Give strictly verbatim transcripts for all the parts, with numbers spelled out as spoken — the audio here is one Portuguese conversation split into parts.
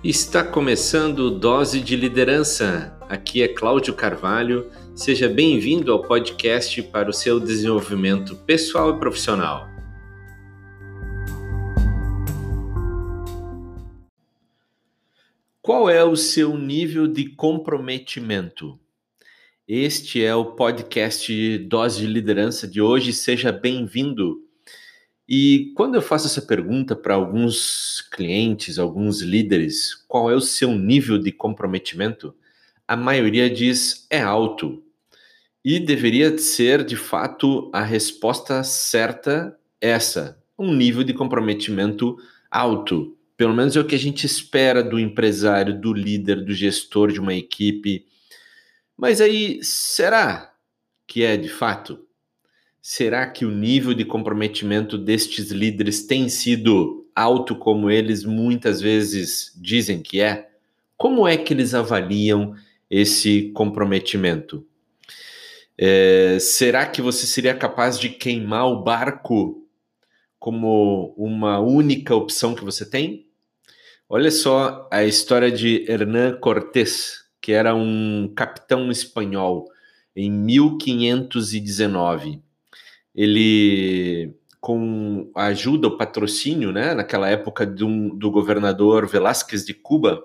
Está começando Dose de Liderança. Aqui é Cláudio Carvalho. Seja bem-vindo ao podcast para o seu desenvolvimento pessoal e profissional. Qual é o seu nível de comprometimento? Este é o podcast Dose de Liderança de hoje. Seja bem-vindo. E quando eu faço essa pergunta para alguns clientes, alguns líderes, qual é o seu nível de comprometimento? A maioria diz é alto. E deveria ser, de fato, a resposta certa essa, um nível de comprometimento alto. Pelo menos é o que a gente espera do empresário, do líder, do gestor de uma equipe. Mas aí, será que é de fato? Será que o nível de comprometimento destes líderes tem sido alto como eles muitas vezes dizem que é? Como é que eles avaliam esse comprometimento? É, será que você seria capaz de queimar o barco como uma única opção que você tem? Olha só a história de Hernán Cortés, que era um capitão espanhol em mil quinhentos e dezenove. Ele, com a ajuda, o patrocínio, né, naquela época do, do governador Velázquez de Cuba,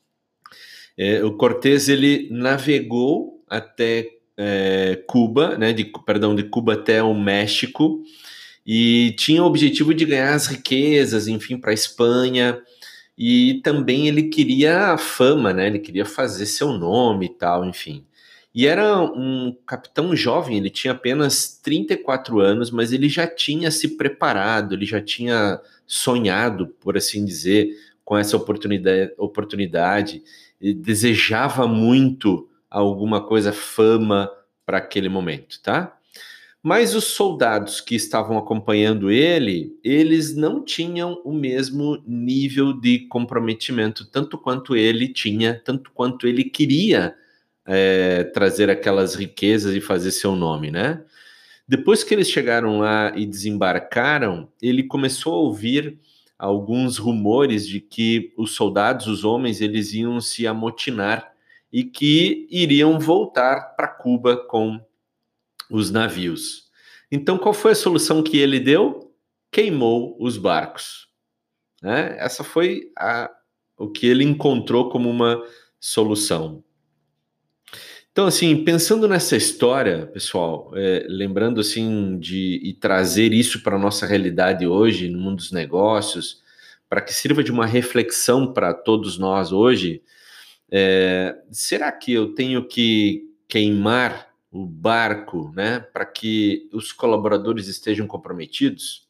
é, o Cortés ele navegou até é, Cuba, né, de, perdão, de Cuba até o México, e tinha o objetivo de ganhar as riquezas, enfim, para a Espanha, e também ele queria a fama, né, ele queria fazer seu nome e tal, enfim. E era um capitão jovem, ele tinha apenas trinta e quatro anos, mas ele já tinha se preparado, ele já tinha sonhado, por assim dizer, com essa oportunidade, oportunidade e desejava muito alguma coisa, fama para aquele momento, tá? Mas os soldados que estavam acompanhando ele, eles não tinham o mesmo nível de comprometimento, tanto quanto ele tinha, tanto quanto ele queria É, trazer aquelas riquezas e fazer seu nome, né? Depois que eles chegaram lá e desembarcaram, ele começou a ouvir alguns rumores de que os soldados, os homens, eles iam se amotinar e que iriam voltar para Cuba com os navios. Então, qual foi a solução que ele deu? Queimou os barcos, né? Essa foi a, o que ele encontrou como uma solução. Então, assim, pensando nessa história, pessoal, é, lembrando, assim, de e trazer isso para a nossa realidade hoje, no mundo dos negócios, para que sirva de uma reflexão para todos nós hoje, é, será que eu tenho que queimar o barco, né, para que os colaboradores estejam comprometidos?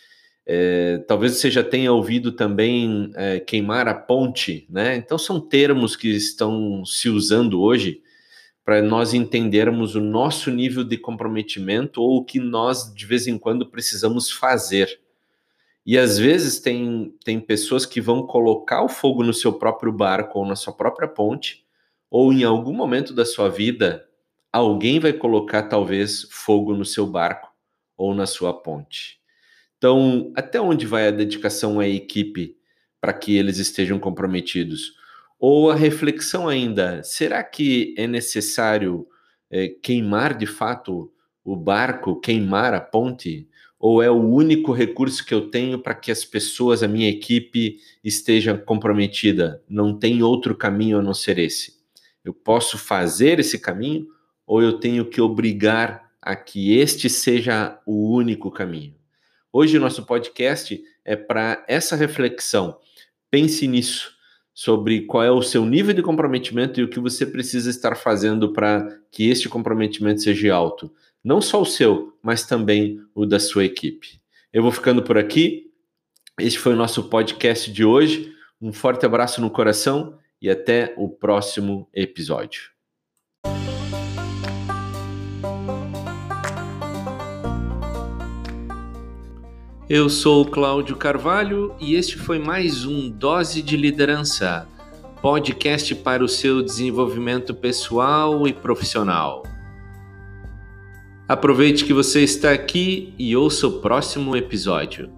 É, talvez você já tenha ouvido também é, queimar a ponte, né? Então, são termos que estão se usando hoje para nós entendermos o nosso nível de comprometimento ou o que nós, de vez em quando, precisamos fazer. E, às vezes, tem, tem pessoas que vão colocar o fogo no seu próprio barco ou na sua própria ponte, ou em algum momento da sua vida, alguém vai colocar, talvez, fogo no seu barco ou na sua ponte. Então, até onde vai a dedicação à equipe para que eles estejam comprometidos? Ou a reflexão ainda, será que é necessário é, queimar de fato o barco, queimar a ponte? Ou é o único recurso que eu tenho para que as pessoas, a minha equipe, esteja comprometida? Não tem outro caminho a não ser esse. Eu posso fazer esse caminho ou eu tenho que obrigar a que este seja o único caminho? Hoje o nosso podcast é para essa reflexão. Pense nisso, sobre qual é o seu nível de comprometimento e o que você precisa estar fazendo para que este comprometimento seja alto. Não só o seu, mas também o da sua equipe. Eu vou ficando por aqui. Este foi o nosso podcast de hoje. Um forte abraço no coração e até o próximo episódio. Eu sou o Cláudio Carvalho e este foi mais um Dose de Liderança, podcast para o seu desenvolvimento pessoal e profissional. Aproveite que você está aqui e ouça o próximo episódio.